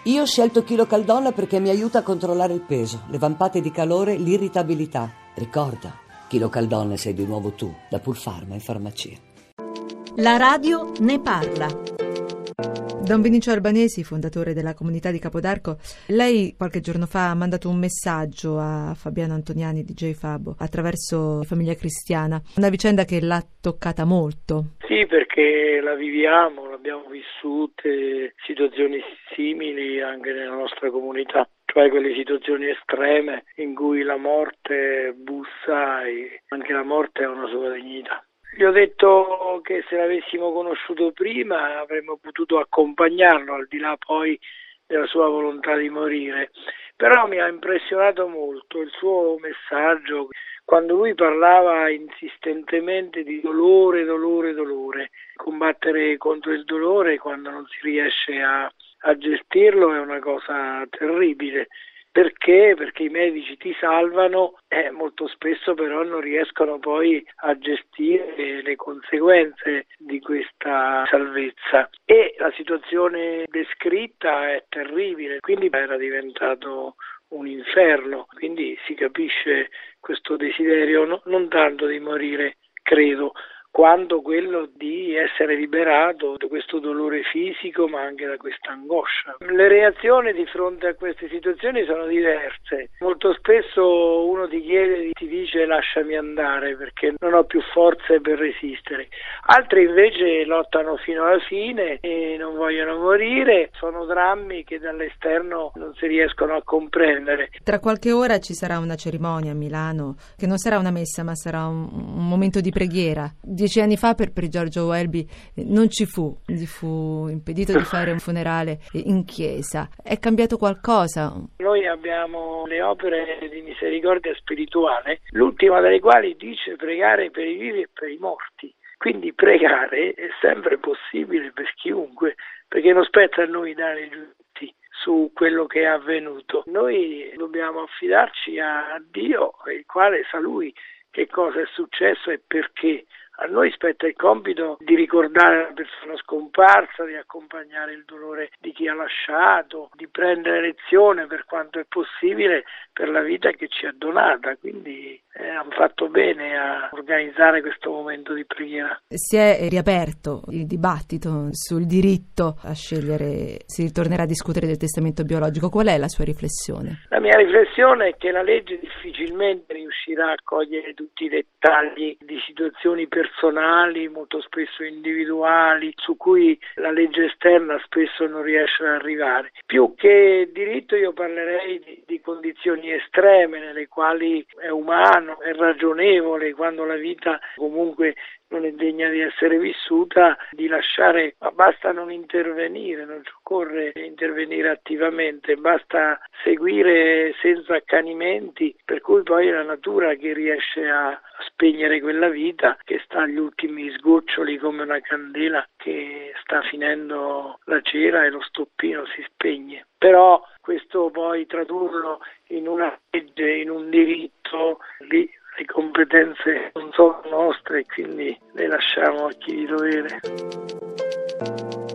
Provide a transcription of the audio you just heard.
Io ho scelto KiloCaldon perché mi aiuta a controllare il peso, le vampate di calore, l'irritabilità. Ricorda, KiloCaldon sei di nuovo tu, da Pulpharma in farmacia. La radio ne parla. Don Vinicio Albanesi, fondatore della comunità di Capodarco, lei qualche giorno fa ha mandato un messaggio a Fabiano Antoniani di J Fabo attraverso Famiglia Cristiana, una vicenda che l'ha toccata molto. Sì, perché la viviamo, l'abbiamo vissute situazioni simili anche nella nostra comunità, cioè quelle situazioni estreme in cui la morte bussa e anche la morte ha una sua dignità. Gli ho detto che se l'avessimo conosciuto prima avremmo potuto accompagnarlo al di là poi della sua volontà di morire, però mi ha impressionato molto il suo messaggio quando lui parlava insistentemente di dolore, combattere contro il dolore quando non si riesce a gestirlo è una cosa terribile. Perché? Perché i medici ti salvano e molto spesso però non riescono poi a gestire le conseguenze di questa salvezza e la situazione descritta è terribile, quindi era diventato un inferno, quindi si capisce questo desiderio non tanto di morire, credo, quanto quello di essere liberato da questo dolore fisico ma anche da questa angoscia. Le reazioni di fronte a queste situazioni sono diverse. Molto spesso uno ti chiede, ti dice lasciami andare perché non ho più forze per resistere. Altri invece lottano fino alla fine e non vogliono morire. Sono drammi che dall'esterno non si riescono a comprendere. Tra qualche ora ci sarà una cerimonia a Milano che non sarà una messa ma sarà un momento di preghiera. 10 anni fa per Giorgio Welby non ci fu, gli fu impedito di fare un funerale in chiesa. È cambiato qualcosa? Noi abbiamo le opere di misericordia spirituale, l'ultima delle quali dice pregare per i vivi e per i morti. Quindi pregare è sempre possibile per chiunque, perché non spetta a noi dare giudizi su quello che è avvenuto. Noi dobbiamo affidarci a Dio, il quale sa Lui che cosa è successo e perché. A noi spetta il compito di ricordare la persona scomparsa, di accompagnare il dolore di chi ha lasciato, di prendere lezione per quanto è possibile per la vita che ci ha donata. Quindi hanno fatto bene a organizzare questo momento di preghiera. Si è riaperto il dibattito sul diritto a scegliere, si ritornerà a discutere del testamento biologico. Qual è la sua riflessione? La mia riflessione è che la legge difficilmente riuscirà a cogliere tutti i dettagli di situazioni personali, molto spesso individuali, su cui la legge esterna spesso non riesce ad arrivare. Più che diritto io parlerei di condizioni estreme nelle quali è umano, è ragionevole, quando la vita comunque non è degna di essere vissuta, di lasciare, ma basta non intervenire, non occorre intervenire attivamente, basta seguire senza accanimenti, per cui poi è la natura che riesce a spegnere quella vita che sta agli ultimi sgoccioli come una candela che sta finendo la cera e lo stoppino si spegne. Però questo poi tradurlo in una legge, in un diritto, lì le competenze non sono nostre, quindi le lasciamo a chi di dovere.